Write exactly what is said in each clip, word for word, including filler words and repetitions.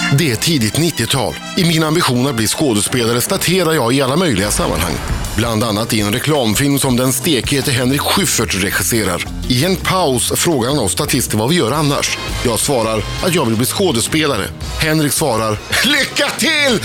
Det är tidigt nittiotal. I min ambition att bli skådespelare staterar jag i alla möjliga sammanhang. Bland annat i en reklamfilm som den stekhete Henrik Schyffert regisserar. I en paus frågar han oss statister vad vi gör annars. Jag svarar att jag vill bli skådespelare. Henrik svarar, lycka till!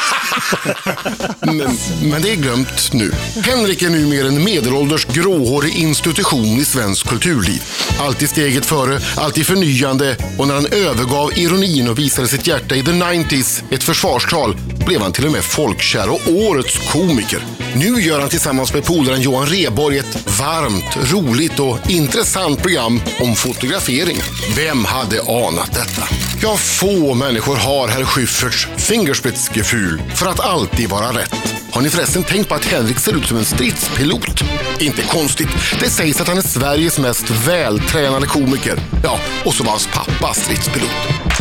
men, men det är glömt nu. Henrik är numera en medelålders gråhårig institution i svensk kulturliv. Alltid steget före, alltid förnyande, och när han övergav ironin och visade sitt hjärta i The nittiotalet, ett försvarstal, blev han till och med folkkär och årets komiker. Nu gör han tillsammans med polaren Johan Rheborg ett varmt, roligt och intressant program om fotografering. Vem hade anat detta? Ja, få människor har herr Schyfferts fingerspitzgefühl för att alltid vara rätt. Har ni förresten tänkt på att Henrik ser ut som en stridspilot? Inte konstigt. Det sägs att han är Sveriges mest vältränade komiker. Ja, och så var hans pappa stridspilot.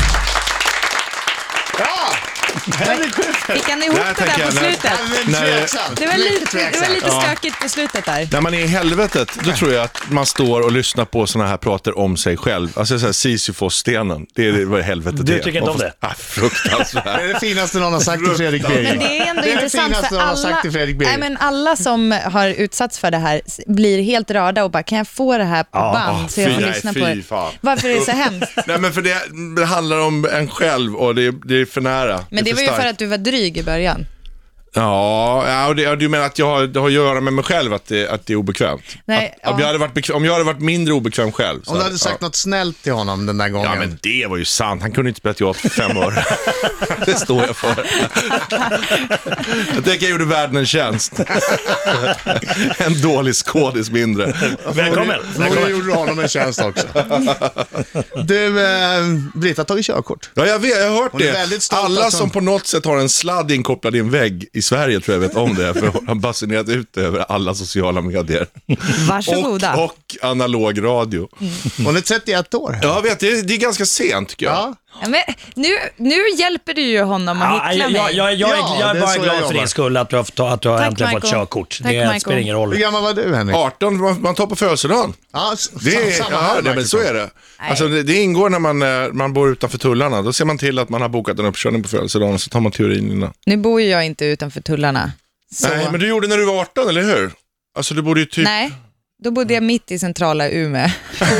Fick han ihop det där på jag, slutet? När, när, det var lite, det var lite stökigt på slutet där. när man är i helvetet, då tror jag att man står och lyssnar på såna här prater om sig själv. Alltså såhär Sisyfos-stenen. Det är vad helvetet Du är. tycker inte om det? Ah, fruktansvärt. Det är det finaste någon har sagt till Fredrik Birger. Men det är ändå det är intressant det finaste för någon har alla, sagt till Fredrik Birger. nej, men alla som har utsatts för det här blir helt rörda och bara, kan jag få det här på Ja, band ah, så jag får fy, lyssna nej, på fy det? fan. Varför är det så hemskt? Nej, men för det, det handlar om en själv och det, det är för nära. Men det, är var ju starkt. för att du var dryg i början. Ja, ja och det, du menar att jag har, det har att göra med mig själv att det, att det är obekvämt? Nej, att, ja. om, jag hade varit bekväm, om jag hade varit mindre obekväm själv så Om du hade- hade sagt ja. något snällt till honom den där gången. Ja, men det var ju sant. Han kunde inte spela teater för fem år. Det står jag för. Jag tänker jag gjorde världen en tjänst. En dålig skådis mindre. Välkommen. Nu gjorde du honom en tjänst också. Du, eh, Britta har tagit körkort. Ja, jag vet, jag har hört Hon är det. väldigt stolt Alla att hon- som på något sätt har en sladd inkopplad i en vägg i Sverige tror jag vet om det. För hon har basunerat ut det över alla sociala medier. Varsågoda. Och, och analog radio. Hon är trettioett år. Ja, jag vet, det är, det är ganska sent tycker jag. Ja. Ja, men nu, nu hjälper du ju honom att Ja, hyckla jag, mig. jag, jag, jag, Ja, är, jag är det är bara så jag glad för jobbar. din skull att du har, fått- att du har Tack, äntligen fått Michael. körkort. Tack, Det Michael. spelar ingen roll. Hur gammal var du, Henrik? arton, man, man tar på födelsedagen. Ja, s- Det är, samma ja, här, det, men så är det. Alltså, det. Det ingår när man, eh, man bor utanför tullarna. Då ser man till att man har bokat en uppkörning på födelsedagen och så tar man teorin innan. Nu bor ju jag inte utanför tullarna. Så. Nej, men du gjorde när du var arton, eller hur? Alltså du borde ju typ... Nej, då bodde jag mitt i centrala Umeå.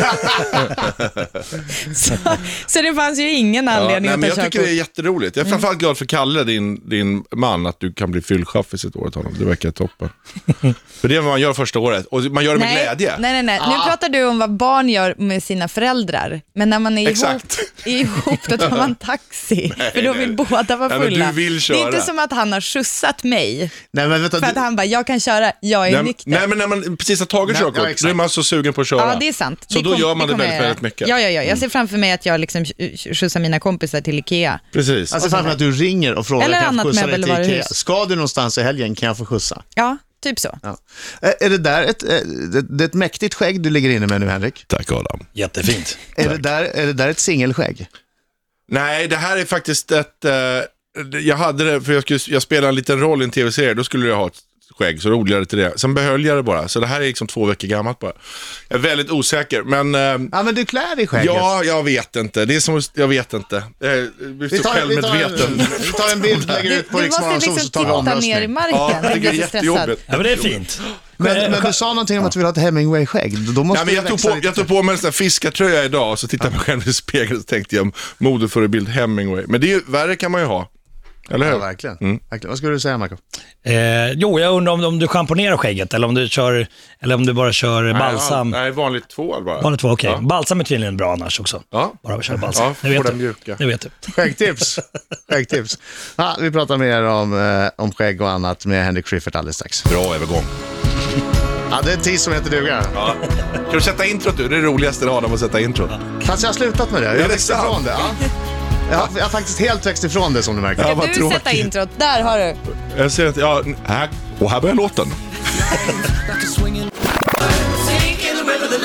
så, så det fanns ju ingen Ja, anledning nej, att men ta jag tycker det är körkort. jätteroligt. Jag är framförallt glad för Kalle, din, din man, att du kan bli fyllchaffis ett år åt honom. Det verkar toppen. För det är vad man gör första året. Och man gör det med Nej, glädje. nej, nej, nej. Ah. Nu pratar du om vad barn gör med sina föräldrar. Men när man är ihop, Exakt. är ihop då tar man taxi. för då vill nej. båda vara Nej, men fulla. du vill Det är köra. inte som att han har skjutsat mig. Nej, men vänta, För att du, han bara, jag kan köra, jag är Nej, nykter. nej, men när man precis har tagit Nej, ja, körkort, exakt. då är man så sugen på att köra. Ja, det är sant. Så då kom- gör man det kommer väldigt, jag göra. väldigt mycket. Ja, ja, ja. Jag ser framför mig att jag liksom sk- skjutsar mina kompisar till Ikea. Precis. alltså framför att du ringer och frågar, Eller kan jag annat få skjutsa dig till möbelvaruhus. Ikea? Ska du någonstans i helgen, kan jag få skjutsa? Ja, typ så. Ja. Eh, Är det där ett, eh, det, det är ett mäktigt skägg du ligger inne med nu, Henrik? Tack Adam. Jättefint. Är det, där, är det där ett singelskägg? Nej, det här är faktiskt ett... Eh, jag hade det, för jag, skulle, jag spelade en liten roll i en tv-serie, då skulle jag ha ett skägg, så då odlade jag det till det. Sen behöll jag det bara, så det här är liksom två veckor gammalt bara. Jag är väldigt osäker, men... Eh, Ja, men du klär dig i skägget. ja, jag vet inte. Det är som, jag vet inte. Eh, vi är Vi så tar, vi, tar en, självmedveten. vi tar en bild, lägger Du, ut på du Riksmorgon måste så liksom tar vi titta ner i omröstning. marken. Ja, jag jag tycker det blir är så stressad. jättejobbigt. Ja, men det är fint. Men, men du sa någonting om att du vill ha ett Hemingway-skägg. Då måste Ja, men du jag, tog växa på, lite. jag tog på mig en sån här fiskartröja idag och så tittade jag mig själv i spegeln och tänkte jag modeförebild Hemingway. Men det är ju, värre kan man ju ha. Eller hur? Ja, verkligen. Mm. verkligen. Vad skulle du säga, Michael? Eh, jo, jag undrar om, om du schamponerar skägget eller om du kör, eller om du bara kör balsam. Nej, nej, vanligt tvål bara. Vanligt två, okej. Ja. Balsam är tydligen bra annars också. Ja. Bara köra balsam. Ja, det vet får du. den mjuka. Det vet du. Skäggtips. Skäggtips. Ja, vi pratar mer om, eh, om skägg och annat med Henrik Schyffert alldeles strax. Bra övergång. Ja, det är en tis som heter duga. Ja. Kan du sätta introt du? Det är det roligaste det har att sätta introt. Fast jag har slutat med det. Jag det har växt sant? ifrån det. Ja. Jag, har, jag har faktiskt helt växt ifrån det, som du märker. Ja, Ska vad du tråkigt. sätta introt? Där har du. Jag ser att, ja, här, och här börjar låten.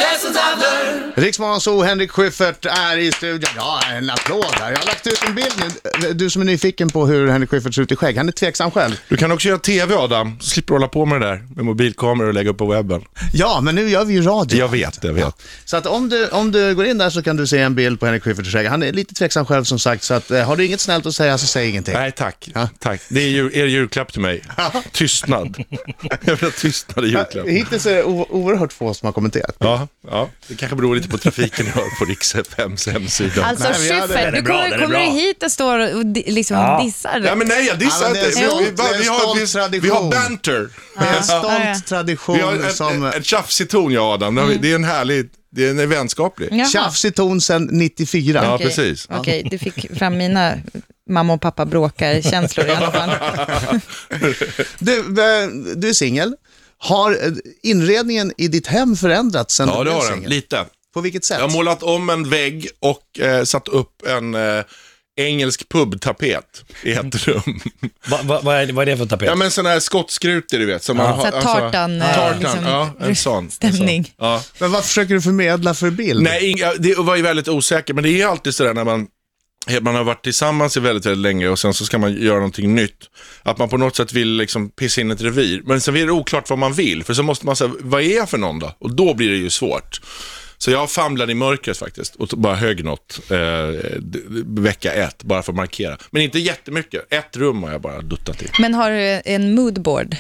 lessons I've learned. Riksmorgon så Henrik Schyffert är i studion. Ja, en applåd här. Jag har lagt ut en bild nu. Du som är nyfiken på hur Henrik Schyffert ser ut i skägg. Han är tveksam själv. Du kan också göra tv, Adam, så slipper du hålla på med det där med mobilkameror och lägga upp på webben. Ja, men nu gör vi ju radio. Jag vet, jag vet. Så att om du, om du går in där så kan du se en bild på Henrik Schyffert i skägg. Han är lite tveksam själv som sagt, så att, eh, har du inget snällt att säga så säg ingenting. Nej, tack. Ja. tack. Det är ju, er julklapp till mig. Tystnad. Jag vill ha tystnad i julklapp. Hittills är det o- oerhört få som har kommenterat. Ja, ja, det kanske beror lite på trafiken jag har på Rix F M:s hemsida. Alltså Nej, vi hade- Schyffert, Den är du bra, kommer, den är kommer du bra. hit och står och di- liksom Ja. dissar? Ja, men nej, jag dissar Ja, men det är inte. stolt- Vi, vi, det är vi, en har, stolt vi, tradition. vi har banter. Det är en stolt Ja, ja. tradition Vi har en, som... en, en tjafsig ton, jag och Adam. Det är en härlig, det är en vänskaplig. Jaha. Tjafsig ton sedan nittiofyra. Ja, Okej. precis. Okej, du fick fram mina mamma och pappa bråkar-känslor i alla fall. Du, eh, du är singel. Har eh, inredningen i ditt hem förändraats sen Ja, du det blev har den. singel? Lite. På vilket sätt? Jag har målat om en vägg och eh, satt upp en eh, engelsk pubtapet i ett rum. Va, va, vad, är, vad är det för tapet? Ja, men sån här skottskrutor, du vet. Som man Så har, här tartan, eh, tartan, liksom, ja, en sån. stämning. En sån. Ja. Men vad försöker du förmedla för bild? Nej, inga, det var ju väldigt osäker, men det är alltid sådär när man man har varit tillsammans i väldigt, väldigt länge och sen så ska man göra någonting nytt. Att man på något sätt vill liksom pissa in ett revir. Men sen är det oklart vad man vill. För så måste man säga, vad är jag för någon då? Och då blir det ju svårt. Så jag famlade i mörkret faktiskt och bara högg något eh, d- vecka ett, bara för att markera. Men inte jättemycket. Ett rum har jag bara duttat i. Men har du en moodboard?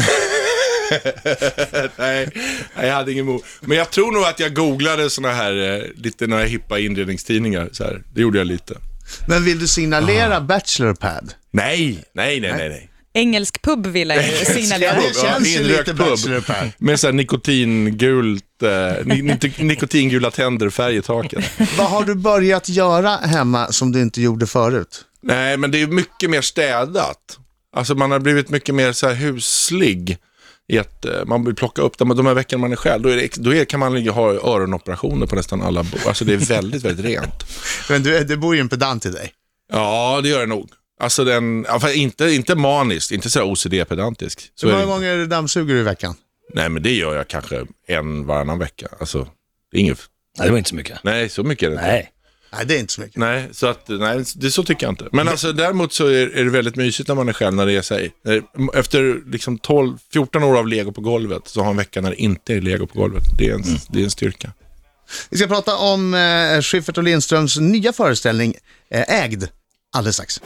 nej, nej, jag hade ingen mod. Men jag tror nog att jag googlade såna här, eh, lite några hippa inredningstidningar. Så här. Det gjorde jag lite. Men vill du signalera bachelorpad? Nej, nej, nej, nej, nej. Engelsk pub vill jag ju signalera. Ja, det känns ju inrökt lite pub. bachelorpad. Med så här nikotingult, eh, ni- ni- nikotingula tänder, färg i taket. Vad har du börjat göra hemma som du inte gjorde förut? Nej, men det är mycket mer städat. Alltså man har blivit mycket mer så här huslig. I att eh, man vill plocka upp dem, de här veckorna man är själv, då, är det, då är, kan man ju ha öronoperationer på nästan alla bo. Alltså det är väldigt, väldigt rent. Men du, det bor ju en pedant i dig. Ja, det gör det nog. Alltså den, ja, fast inte, inte maniskt, inte så här O C D-pedantisk. Så Hur är många det- gånger dammsuger du i veckan? Nej, men det gör jag kanske en varannan vecka. Alltså, det är inget... Nej, det var inte så mycket. Nej, så mycket är det inte. Nej. Nej, det är inte så mycket. Nej, så att, nej, det så tycker jag inte. Men alltså däremot så är, är det väldigt mysigt när man är själv, när det är sig. Efter liksom tolv fjorton år av lego på golvet så har en vecka när det inte är lego på golvet. Det är en, mm. det är en styrka. Vi ska prata om eh, Schyffert och Lindströms nya föreställning eh, Ägd alldeles strax.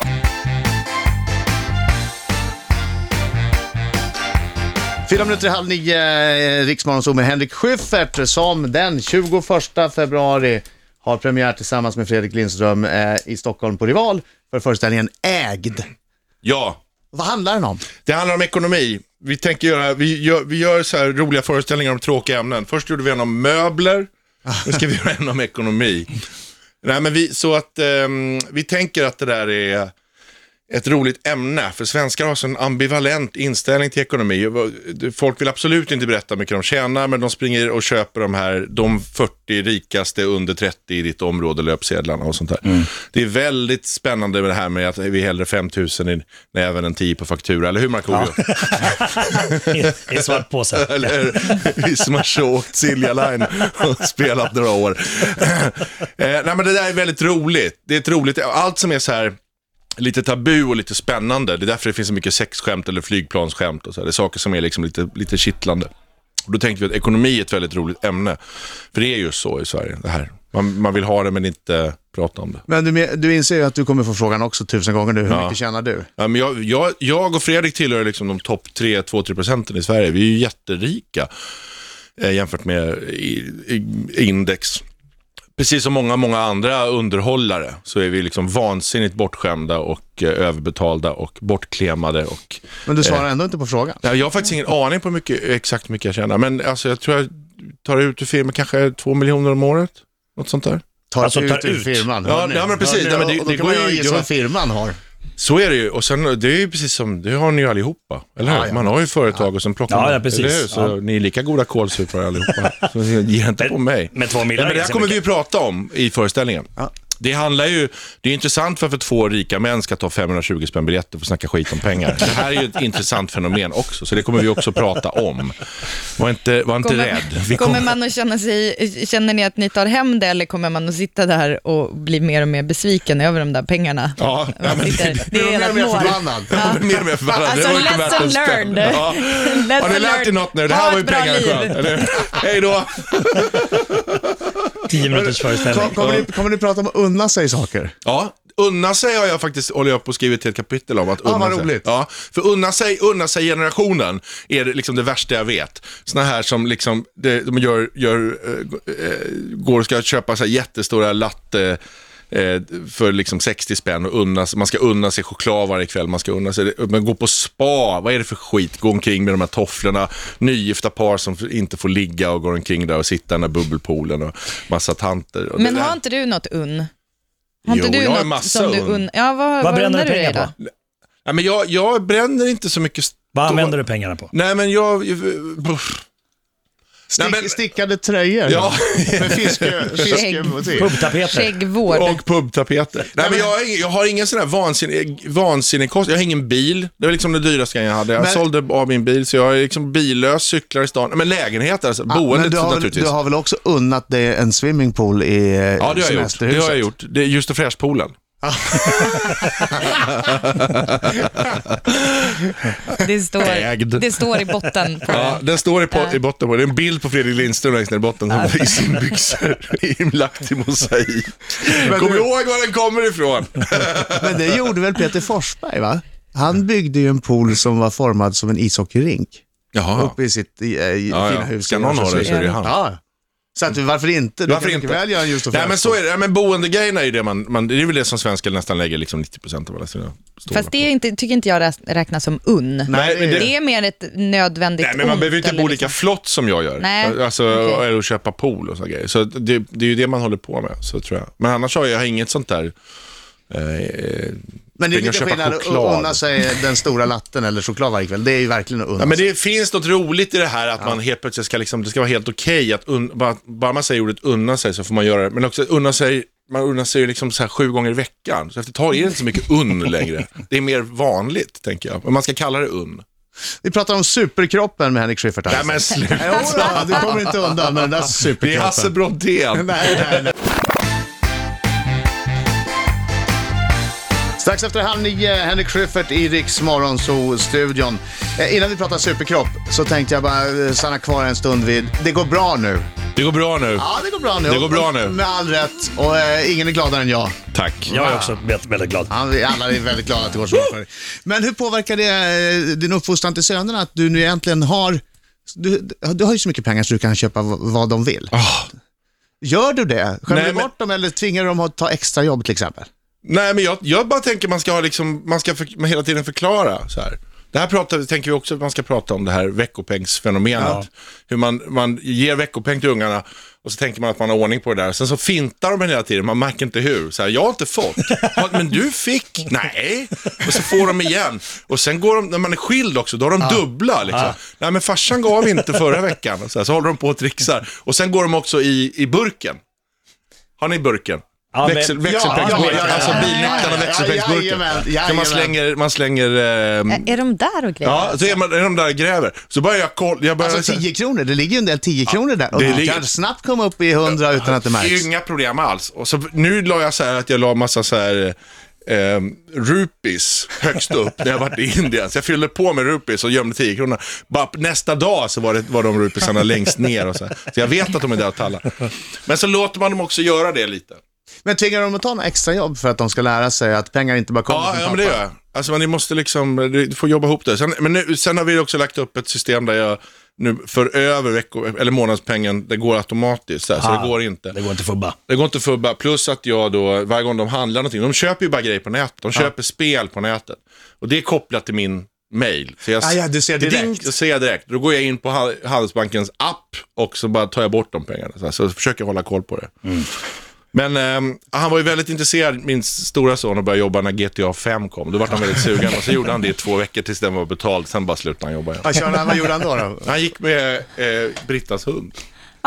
Fyra minuter i halv nio, eh, Riksmorgon så med Henrik Schyffert som den tjugoförsta februari har premiär tillsammans med Fredrik Lindström eh, i Stockholm på Rival för föreställningen Ägd. Ja, Vad handlar den om? det handlar om ekonomi. Vi tänker göra, vi gör, vi gör så här roliga föreställningar om tråkiga ämnen. Först gjorde vi en om möbler, nu ska vi göra en om ekonomi. Nej, men vi, så att ehm, vi tänker att det där är ett roligt ämne, för svenskar har så en ambivalent inställning till ekonomi. Folk vill absolut inte berätta hur mycket de tjänar, men de springer och köper de här, de fyrtio rikaste under trettio i ditt område, löpsedlarna och sånt där. Mm. Det är väldigt spännande med det här med att vi hellre fem tusen i näven än tio på faktura, eller hur Markoolio? Ja. I en svart påse. Eller vi som har åkt Silja Line och spelat några år. eh, nej, men det där är väldigt roligt. Det är ett roligt, allt som är så här lite tabu och lite spännande. Det är därför det finns så mycket sexskämt eller flygplansskämt och så här. Det är saker som är liksom lite, lite kittlande. Och då tänkte vi att ekonomi är ett väldigt roligt ämne. För det är just så i Sverige, det här. Man, man vill ha det men inte prata om det. Men du, du inser ju att du kommer få frågan också tusen gånger nu. Hur Ja. mycket tjänar du? Ja, men jag, jag, jag och Fredrik tillhör liksom de topp tre, två till tre procenten i Sverige. Vi är ju jätterika eh, jämfört med i, i, index. Precis som många, många andra underhållare så är vi liksom vansinnigt bortskämda och eh, överbetalda och bortklemade. Och, Men du svarar ändå inte på frågan. ja, jag har faktiskt ingen aning på mycket, exakt hur mycket jag tjänar. Men alltså, jag tror jag tar ut ur firman kanske två miljoner om året. Något sånt där. Tar Alltså, ut tar ur ut. firman. Ja, Hör ni? ja, men precis. Hör ni? Ja, men det- Och då det kan går man ju- ju gissa det var- vad firman har. Så är det ju. Och sen, det är ju precis som, det har ni ju allihopa. Eller hur? Ja, ja. Man har ju företag och sen plockar Ja, man. ja, precis. Eller hur? Så Ja. ni är lika goda kålsupare allihopa. Så ge inte på mig. Med två Ja, miljoner. men det här kommer vi ju prata om i föreställningen. Ja. Det handlar ju, det är intressant för att två rika män ska ta femhundratjugo spänn biljetter för att snacka skit om pengar. Det här är ju ett intressant fenomen också, så det kommer vi också prata om. Var inte, var inte kommer, rädd. Vi kommer kom... man att känna sig, känner ni att ni tar hem det eller kommer man att sitta där och bli mer och mer besviken över de där pengarna? Ja, ja, men sitter, det, det är hela mer mål. förbannad. Ja. Mer och mer förbannad. Alltså, Det var inte värt en lesson spänn. learned. Ja. Lesson Har ni lärt er learned. något nu? Det här Ha var ju ett bra pengarna liv. skönt, eller? Hej då! Tio minuters föreställning. Kommer ni, kommer ni prata om att unna sig saker? Ja, unna sig har jag faktiskt håller jag på att skriva ett helt kapitel om att unna Ah, vad sig. roligt. Ja, för unna sig, unna sig generationen är det, liksom det värsta jag vet. Såna här som liksom det, de gör, gör äh, går och ska köpa så här jättestora latte eh, för liksom sextio spänn och unna, man ska unna sig choklad varje kväll, man ska unna sig, men gå på spa, vad är det för skit? Gå omkring med de här tofflorna, nygifta par som inte får ligga och går omkring där och sitta i den här bubbelpoolen och massa tanter. Och Men det har där. inte du något unn? Har inte Jo, du jag har något massa som du unn. unn? Ja, vad, Vad vad bränner unnar du du dig pengar då? på? Nej, men jag, jag bränner inte så mycket. Vad stå- använder du pengarna på? Nej, men jag... Stick, Nej, men- Stickade tröjor? Ja. Med fiske, fiskemotiv. Pubtapeter. Skäggvård. Och pubtapeter. Nej, men jag, har ing- jag har ingen sån här vansinnig, vansinnig kost. Jag har ingen bil. Det var liksom det dyraste jag hade. Jag Men- sålde av min bil, så jag är liksom billös, cyklar i stan. Men lägenheter, alltså. Ja, Boendet men du har, väl, naturligtvis. du har väl också unnat dig en swimmingpool i Ja, det har jag gjort. Det semesterhuset? har jag gjort. Det är just och fräschpoolen. Det står, Ägd. det står i botten på Ja, den står i, po- i botten på. Det är en bild på Fredrik Lindström längst ner i botten som i sin byxor inlagt i mosaik. Kom du- ihåg var den kommer ifrån. Men det gjorde väl Peter Forsberg, va? Han byggde ju en pool som var formad som en ishockeyrink. Jaha. Uppe i sitt i, i, Ja, fina ja. hus. Ska någon ha det så är det han. Ja. Så att, varför inte? Du Varför kan inte? mycket väl göra en just och Nej, men så fräsch är det. Ja, men boendegrejerna är ju det man, man, det är väl det som svenskar nästan lägger liksom nittio procent av alla sina stålar Fast det är inte, tycker inte jag räs- räknas som unn. Nej, men det- Det är mer ett nödvändigt Nej, men man ont, behöver inte eller bo lika liksom- flott som jag gör. Nej, Alltså, okej. eller att köpa pool och så grejer. Så det, det är ju det man håller på med, så tror jag. Men annars har jag, jag har inget sånt där... Eh, Men det är springa och lite köpa skillnad att choklad. unna sig den stora latten eller choklad varje kväll. Det är ju verkligen att unna Ja, men sig. det finns något roligt i det här att man helt plötsligt ska liksom, det ska vara helt okej att un, bara, bara man säger ordet unna sig så får man göra det. Men också unna sig, man unnar sig ju liksom så här sju gånger i veckan. Så efter ett tag är det inte så mycket unn längre. Det är mer vanligt, tänker jag. Men man ska kalla det unn. Vi pratar om superkroppen med Henrik Schyffert. Nej, men sluta. Jo då, du kommer inte undan med den där Det är superkroppen. Hasse Brodén. Nej, nej, nej. Strax efter halv nio, Henrik Schyffert i Riks Morgonzoo-studion. Eh, innan vi pratar superkropp så tänkte jag bara eh, stanna kvar en stund vid, det går bra nu. Det går bra nu. Ja, det går bra nu. Det går bra nu. Med all rätt. Och eh, ingen är gladare än jag. Tack. Jag är också väldigt, väldigt glad. Ja, vi alla är väldigt glada att det går så bra för dig. Men hur påverkar det eh, din uppfostran till sönerna att du nu egentligen har... Du, du har ju så mycket pengar så du kan köpa v- vad de vill. Ah. Gör du det? Skämmer Nej, du men- bort dem eller tvingar du dem att ta extra jobb till exempel? Nej, men jag, jag bara tänker man ska ha liksom, man ska för, man hela tiden förklara så här. Det här pratar, tänker vi också att man ska prata om det här veckopengsfenomenet. Ja. Hur man, man ger veckopeng till ungarna och så tänker man att man har ordning på det där. Sen så fintar de hela tiden, man märker inte hur. Så här, jag har inte fått. Ja, men du fick? Nej. Och så får de igen. Och sen går de, när man är skild också, då har de ja. dubbla liksom. Ja. Nej, men farsan gav inte förra veckan. Och så, här, så håller de på och trixar. Och sen går de också i, i burken. Har ni burken? Ja, Växel, men- växelpengsburken, ja, ja, ja, ja. alltså bilnycklarna och växelpengsburken. Jajamän, Kan jajamän. man slänger, man slänger... ehm, Är, är de där och grejer? ja, så är, man, är de där och gräver. Så börjar jag kolla... Jag börjar Alltså tio kronor, det ligger ju en del tio kronor där. Och det du ligger- kan snabbt komma upp i hundra utan att det Det är märks. ju inga problem alls. Och så, nu la jag så här att jag la massa så här... Eh, rupees högst upp när jag var i Indien. Så jag fyllde på med rupees och gömde tio kronor. Bara nästa dag så var, det, var de rupeesarna längst ner. Och så, här. Så jag vet att de är där och tallar. Men så låter man dem också göra det lite. Men tvingar de att ta en extra jobb för att de ska lära sig att pengar inte bara kommer Ja, från ja men det pappa? gör jag. Alltså men ni måste liksom, du får jobba ihop det. Sen, men nu, sen har vi också lagt upp ett system där jag nu för över vecko, eller månadspengen, det går automatiskt. Så, här, så Ah, det går inte. Det går inte fubba. Det går inte att fubba. Plus att jag då, varje gång de handlar någonting, de köper ju bara grejer på nätet. De köper spel på nätet. Och det är kopplat till min mail. Så jag, Ah, ja, du ser direkt. Ding, jag ser direkt. Då går jag in på Ha- Handelsbankens app och så bara tar jag bort de pengarna. Så, här, så försöker jag hålla koll på det. Mm. Men ehm, han var ju väldigt intresserad, min stora son, att börja jobba när G T A fem kom. Då var han väldigt sugen och så gjorde han det i två veckor tills den var betald. Sen bara slutade han jobba igen. Vad, körde han, vad gjorde han då? då? Han gick med eh, Brittas hund. Ja.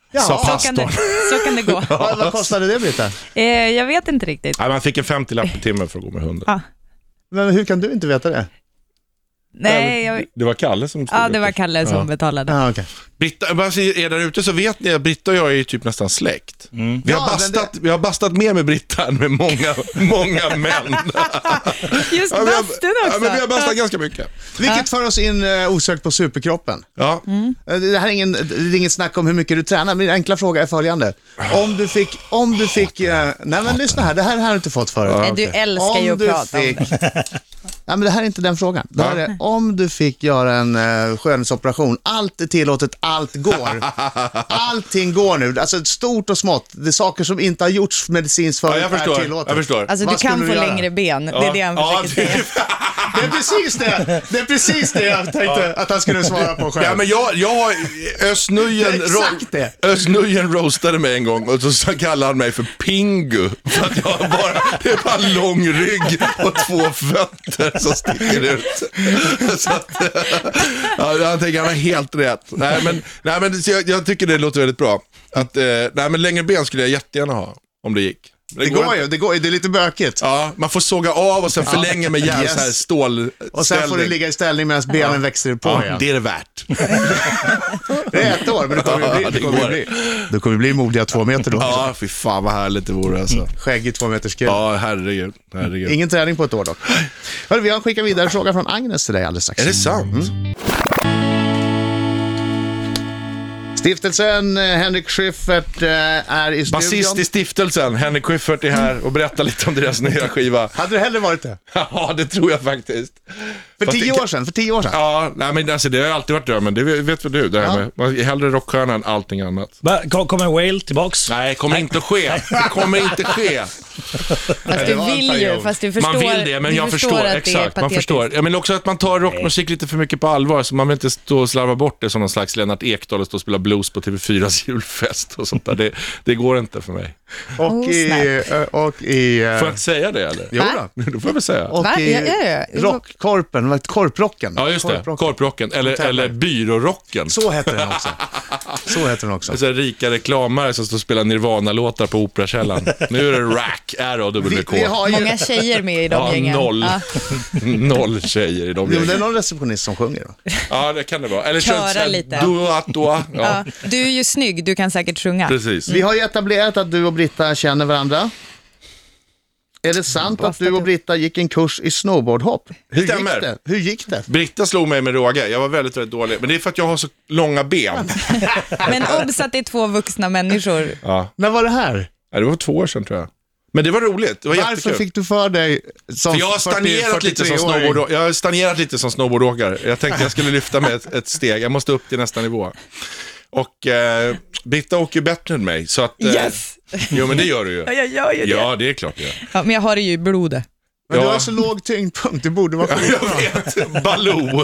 Ja, Sa Så kan, det, så kan det gå. vad, vad kostade det, Britta? Eh, jag vet inte riktigt. Nej, man fick en femtio-lapp i timmen för att gå med hunden. Ja. Men hur kan du inte veta det? Nej, jag, Det var Kalle som stod ja, upp. det var Kalle som Ja. betalade. Ja, okej. Britta, bara så er där ute så vet ni att Britta och jag är ju typ nästan släkt. Vi, har Ja, men bastat, vi har bastat mer med Britta än med många, många män. Just Ja, vi har, bastun också. ja, men vi har bastat ganska mycket. Vilket för oss in uh, osökt på superkroppen. Ja. Eh, Det här är, ingen, det är inget snack om hur mycket du tränar. Min enkla fråga är följande. Om du fick, om du fick, eh, nej men lyssna här, det här har du inte fått förut. Nej, du älskar ju Om att du prata om fick, det. ja, men det här är inte den frågan. Det här är, om du fick göra en uh, skönhetsoperation, allt är tillåtet, allt går. Allting går nu, alltså stort och smått. Det är saker som inte har gjorts medicinskt förut Ja, jag är förstår. tillåtet. Jag förstår. Alltså Vad du kan skulle få du göra? längre ben, det är det han Ja, försöker det- säga. Det är precis det, det är precis det jag tänkte att han skulle svara på själv. Ja, men jag, jag har Özz Nujen, Det är exakt det. Özz Nujen roastade mig en gång och så kallade han mig för Pingu. För att jag har bara, det är bara en lång rygg och två fötter som sticker ut. Så att, ja, jag tänker han har helt rätt. Nej, men, nej, men så jag, jag tycker det låter väldigt bra. Att, eh, nej, men längre ben skulle jag jättegärna ha, om det gick. Men Det går ju, det går ju, det är lite bökigt. Ja, man får såga av och sen förlänga med järn, Yes. så här stål. Och sen får du ligga i ställning medan benen växer på Ja, igen. det är det värt. Det är ett år, men det kommer ju Ja, bli, det det kommer går. ju bli. Du kommer bli modiga två meter då. Ja, fy fan vad härligt det vore alltså. Skäggig två meters kille. Ja, herregud. herregud. Ingen träning på ett år dock. Hörru, vi har skickat vidare en fråga från Agnes till dig alldeles strax. Är det sant? Stiftelsen eh, Henrik Schyffert eh, är i studion. Basist i stiftelsen, Henrik Schyffert är här och berättar lite om deras nya skiva. Hade du hellre varit det? Ja, det tror jag faktiskt. För Fast tio det- år sedan, för tio år sedan. Ja, nej, men alltså, det har alltid varit drömmen, det vet, vet väl du. Det här Ja. med, man är hellre rockstjärna än allting annat. Va, kom- Kommer Whale tillbaks? Nej, kommer inte att ske. Det kommer inte ske. Fast det du var en vill ju, period. fast du förstår, Man vill det, men du jag förstår förstår. att det är Exakt, man patetiskt. förstår. Jag menar också att man tar rockmusik lite för mycket på allvar, så man vill inte stå och slarva bort det som någon slags Lennart Ekdal och stå och spela blues på T V fyras julfest och sånt där. Det, det går inte för mig. Och Oh, i... eh, Och i eh, Får jag inte säga det eller? Jo Va? då. Det får jag väl säga. Och Va? i Ja, ja, ja. rockkorpen, vad- korprocken. Ja, just det. Korprocken. Korprocken. Eller, Hoteller. eller byrårocken. Så heter den också. Så heter den också. Så här rika reklamare som står och spelar Nirvana-låtar på Operakällaren. Nu är det Rack, R A W Vi, K. vi har ju... Många tjejer med i de Ja, gängen. noll. Ja. Noll tjejer i de Jo, men det är gängen. någon receptionist som sjunger då. Ja, det kan det vara. Eller Köra kör så här, lite. Dua, dua. Ja, Ja. Du är ju snygg, du kan säkert sjunga. precis. Vi har ju etablerat att du och Britta känner varandra. Är det sant att du och Britta gick en kurs i snowboardhopp? Hur gick stämmer. det? Hur gick det? Britta slog mig med råge. Jag var väldigt, väldigt dålig. Men det är för att jag har så långa ben. Men obs att det är två vuxna människor. Ja. När var det här? Ja, det var två år sedan tror jag. Men det var roligt. Det var Varför jättekul. fick du för dig som För jag har stagnerat lite som fyrtiotre-åring? snowboard, jag har stagnerat lite som snowboardåkare. Jag tänkte jag skulle lyfta mig ett, ett steg. Jag måste upp till nästa nivå. Och eh, Britta åker bättre än mig. Så att, eh, Yes! Jo, men det gör du ju. Ja, jag gör ju det. Ja, det är klart det gör. Ja, men jag har det ju i blodet. Men du Ja. har så låg tyngdpunkt, det borde vara Jag skitbra. vet, Baloo.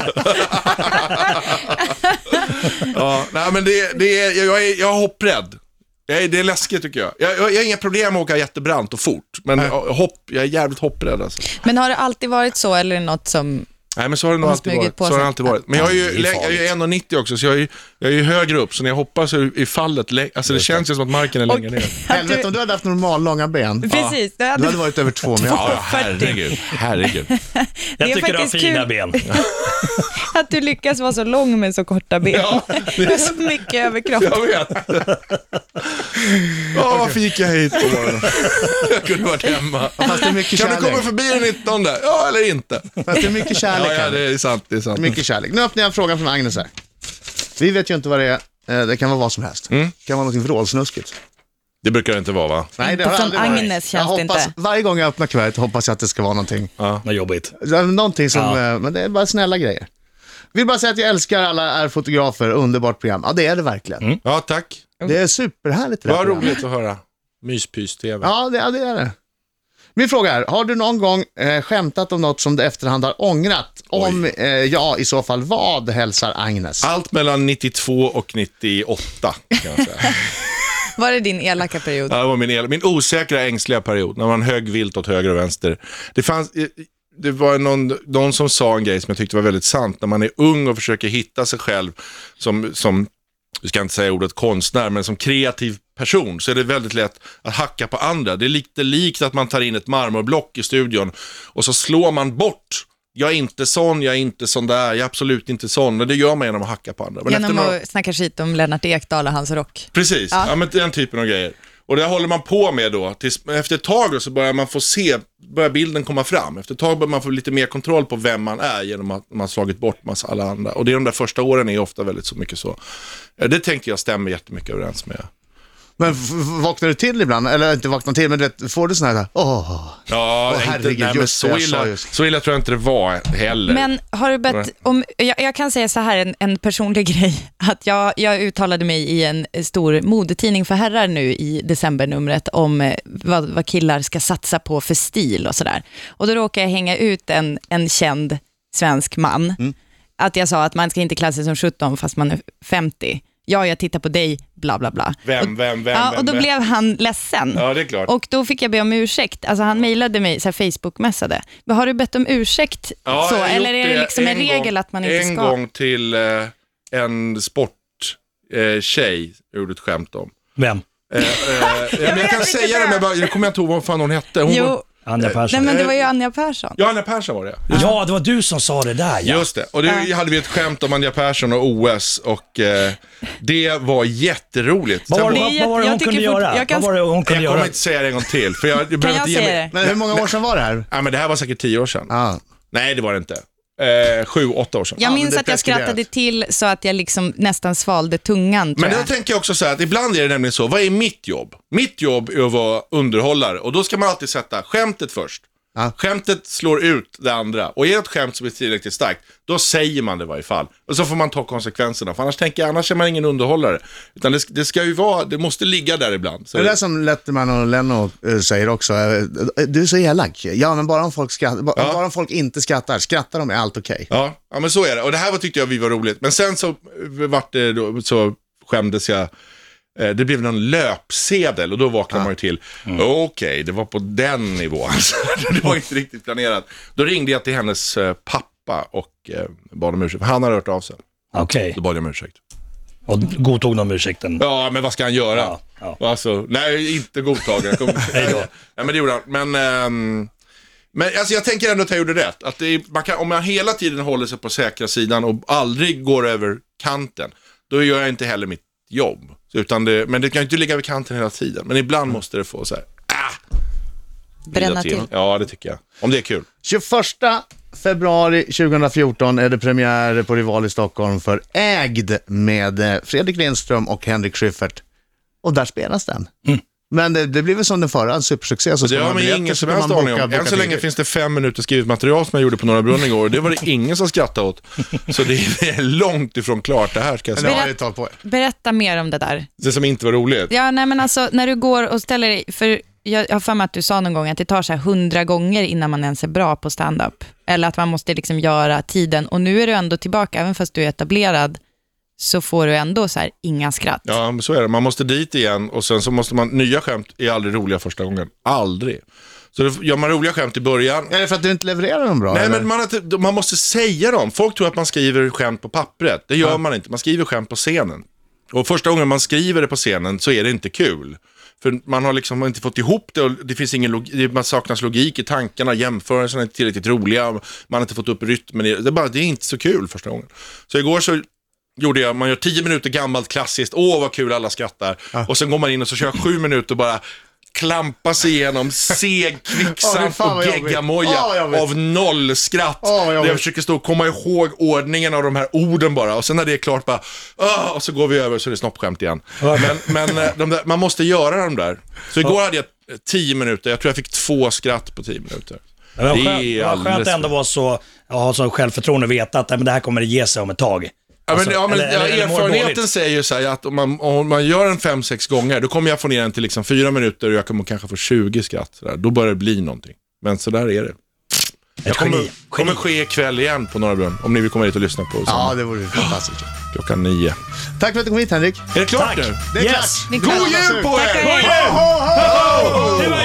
Ja, nej, men det, det är, jag, är, jag är hopprädd. Jag är, det är läskigt tycker jag. Jag, jag. Jag har inga problem med att åka jättebrant och fort. Men hopp, jag är jävligt hopprädd alltså. Men har det alltid varit så, eller är det något som... Nej, men så har det nog har alltid smugit varit. på Så har det sig. alltid varit. Men jag är ju, det är läng- jag är ju farligt. en komma nittio också, så jag är, ju- jag är ju högre upp. Så när jag hoppas så är fallet, lä- alltså det känns ju som att marken är längre ner. Helvete, om du hade haft normal långa ben, Precis, det du hade... hade varit över två meter. Ja, herregud. Herregud. Jag är tycker du har faktiskt fina kul. ben. att du lyckas vara så lång med så korta ben. Ja, Du har så mycket överkropp. Jag vet. Ja, varför gick jag hit på morgonen? Jag kunde varit hemma. Fast det är mycket Kan du komma kärlek. förbi den nittonde? Ja, eller inte? Fast det är mycket kärlek Ja, ja, här. det är sant. Det är sant. Mycket kärlek. Nu öppnar jag en fråga från Agnes här. Vi vet ju inte vad det är. Eh, Det kan vara vad som helst. Mm. Det kan vara något vrålsnuskigt. Det brukar det inte vara, va? Nej, det Inte har från aldrig varit. Agnes jag känns det hoppas, inte. Varje gång jag öppnar kuvertet hoppas jag att det ska vara någonting. Vad jobbigt. Någonting som, Ja. eh, men det är bara snälla grejer. Vill bara säga att jag älskar alla är fotografer, underbart program. Ja, det är det verkligen. Ja, tack. Det är superhärligt det där Vad programmet. roligt att höra. Myspys-tv. Ja det, ja, det är det. Min fråga är, har du någon gång eh, skämtat om något som du efterhand har ångrat? Om eh, ja, i så fall vad, hälsar Agnes? Allt mellan nittiotvå och nittioåtta, kan jag säga. Var det din elaka period? Ja, det var min, el- min osäkra, ängsliga period. När man högg vilt åt höger och vänster. Det fanns... Det var någon, någon som sa en grej som jag tyckte var väldigt sant. När man är ung och försöker hitta sig själv som, som vi ska inte säga ordet konstnär, men som kreativ person så är det väldigt lätt att hacka på andra. Det är lite likt att man tar in ett marmorblock i studion och så slår man bort. Jag är inte sån, jag är inte sån där, jag är absolut inte sån. Och det gör man genom att hacka på andra. Men genom några... att snacka skit om Lennart Ekdal och hans rock. Precis, ja. Ja, men den typen av grejer. Och det håller man på med då. Tills, efter ett tag då, så börjar man få se, börjar bilden komma fram. Efter ett tag börjar man få lite mer kontroll på vem man är genom att man slagit bort massa alla andra. Och det är de där första åren är ofta väldigt så mycket så. Det tänker jag stämmer jättemycket överens med. Men f- vaknar du till ibland? Eller inte vaknar till, men det, får du sån här, åh, ja, åh herregud, inte, nej, men just så, det, illa, just. så illa tror jag inte det var heller. Men har du bett om, jag, jag kan säga så här, en, en personlig grej, att jag, jag uttalade mig i en stor modetidning för herrar nu i decembernumret om eh, vad, vad killar ska satsa på för stil och sådär. Och då råkade jag hänga ut en, en känd svensk man. Mm. Att jag sa att man ska inte klassa sig som sjutton fast man är femtio. Ja, jag tittar på dig, bla bla bla. Vem, vem, vem? Ja, vem, och då vem? blev han ledsen. Ja, det är klart. Och då fick jag be om ursäkt. Alltså han mejlade mig, så här Facebook-mässade. Men har du bett om ursäkt Ja, så? jag har Eller gjort är det liksom en, en regel gång, att man inte en ska? En gång till eh, en sporttjej eh, tjej, jag gjorde ett skämt om. Vem? Eh, eh, jag, men jag kan säga det, men jag, bara, jag kommer inte ihåg vad fan hon hette. Hon Jo, var, Anja Persson. nej men det var ju Anja Persson. ja, Anja Persson var det. Ja, det var du som sa det där. Ja. Just det, och det Ja. hade vi ett skämt om Anja Persson och O S och eh, det var jätteroligt. Vad var det, Sen, vad, vad var det Jag hon tycker kunde fort- göra? jag kan- Vad var det hon kunde jag kommer göra? inte säga det en gång till, för jag, jag Kan behöver jag inte ge säga mig. det? Men hur många år sedan var det här? Ja, men det här var säkert tio år sedan. Ja. Nej, det var det inte. Eh, sju, åtta år sedan. Jag men minns det att jag preskriberas. skrattade till så att jag liksom nästan svalde tungan, tror Men då jag. tänker jag också så här att ibland är det nämligen så, vad är mitt jobb? Mitt jobb är att vara underhållare och då ska man alltid sätta skämtet först. Ja. Skämtet slår ut det andra och är det ett skämt som är tillräckligt starkt, då säger man det i varje fall. Och så får man ta konsekvenserna, för annars tänker jag, annars är man ingen underhållare. Utan det, det ska ju vara, det måste ligga där ibland. Så Det är det som Letterman och Leno eh, säger också. eh, Du är så elak. Ja, men bara om folk, skratt, bara, Ja. bara om folk inte skrattar. Skrattar de är allt okej. Ja, ja, men så är det. Och det här var, tyckte jag vi var roligt. Men sen så vart det då, så skämdes jag. Eh, Det blev någon löpsedel och då vaknade man ju till. Okej, det var på den nivån. Det var inte riktigt planerat. Då ringde jag till hennes eh, pappa och eh, bad om ursäkt. Han har hört av sig. Okej, Då bad jag om ursäkt. och godtog de ursäkten? Ja, men vad ska han göra? Ja, ja. Alltså, nej, inte godtagen. Jag kommer- Hej då. Nej, men det gjorde han. Men, ehm, men alltså, jag tänker ändå att jag gjorde rätt. Att det är, man kan, om man hela tiden håller sig på säkra sidan och aldrig går över kanten, då gör jag inte heller mitt jobb. Utan det, men det kan ju inte ligga vid kanten hela tiden. Men ibland måste det få så här, ah, Bränna till. Ja, det tycker jag. Om det är kul. tjugoförsta februari tjugohundrafjorton är det premiär på Rival i Stockholm för Ägd med eh, Fredrik Lindström och Henrik Schyffert. Och där spelas den. Mm. Men det, det blir väl som den förra, en supersuccé. Så Det ska har man man biljetter ingen så som kan helst man aning boka- om. boka Än så länge tidigt. finns det fem minuter skrivet material som jag gjorde på Norra Brunn igår. Det var det ingen som skrattade åt. Så det är långt ifrån klart det här, ska jag Men säga. det har ett tag på er. Berätta mer om det där. Det som inte var roligt. Ja, nej men alltså när du går och ställer dig, för jag har för mig att du sa någon gång att det tar så här hundra gånger innan man ens är bra på stand-up. Eller att man måste liksom göra tiden. Och nu är du ändå tillbaka, även fast du är etablerad, så får du ändå så här inga skratt. Ja, men så är det. Man måste dit igen och sen så måste man, nya skämt är aldrig roliga första gången. Aldrig. Så då gör man roliga skämt i början. Är det för att du inte levererar dem bra? Nej, eller? men man, har inte- man måste säga dem. Folk tror att man skriver skämt på pappret. Det gör Ja. man inte. Man skriver skämt på scenen. Och första gången man skriver det på scenen så är det inte kul. För man har liksom inte fått ihop det och det finns ingen logik, man saknas logik i tankarna, jämförelserna är inte tillräckligt roliga, man har inte fått upp rytmen i det. Det är bara, det är inte så kul första gången. Så igår så gjorde jag, man gör tio minuter gammalt klassiskt, åh vad kul, alla skrattar. Ja. Och sen går man in och så kör sju minuter och bara klampa sig igenom seg, Åh, fy kvicksand fan och vad jobbigt. geggamoja Åh, vad jobbigt. av noll skratt. Åh, vad där jobbigt. jag försöker stå och komma ihåg ordningen av de här orden bara. Och sen när det är klart bara, "Åh", och så går vi över så är det snoppskämt igen. Men, men eh, de där, man måste göra de där. Så igår hade jag eh, tio minuter, jag tror jag fick två skratt på tio minuter. Men vad Det skönt, är vad skönt alldeles- att ändå vara så, ha så självförtroende och veta att nej, men det här kommer att ge sig om ett tag. Ja, men, Alltså, ja, men eller- ja, eller- eller mår erfarenheten dåligt. säger ju så här att om man, om man gör en fem, sex gånger, då kommer jag få ner den till liksom fyra minuter och jag kommer kanske få tjugo skratt. Så där. Då börjar det bli någonting. Men så där är det. Jag Ett kommer, geni. kommer Geni. ske ikväll igen på Norra Brunn, om ni vill komma hit och lyssna på oss. Ja, det vore fantastiskt. Klockan nio. Tack för att du kom hit, Henrik. Är det klart Tack. nu? Det är Yes. klart. Det är klart. God jul på er! Tack och hej. Ho, ho, ho! Det var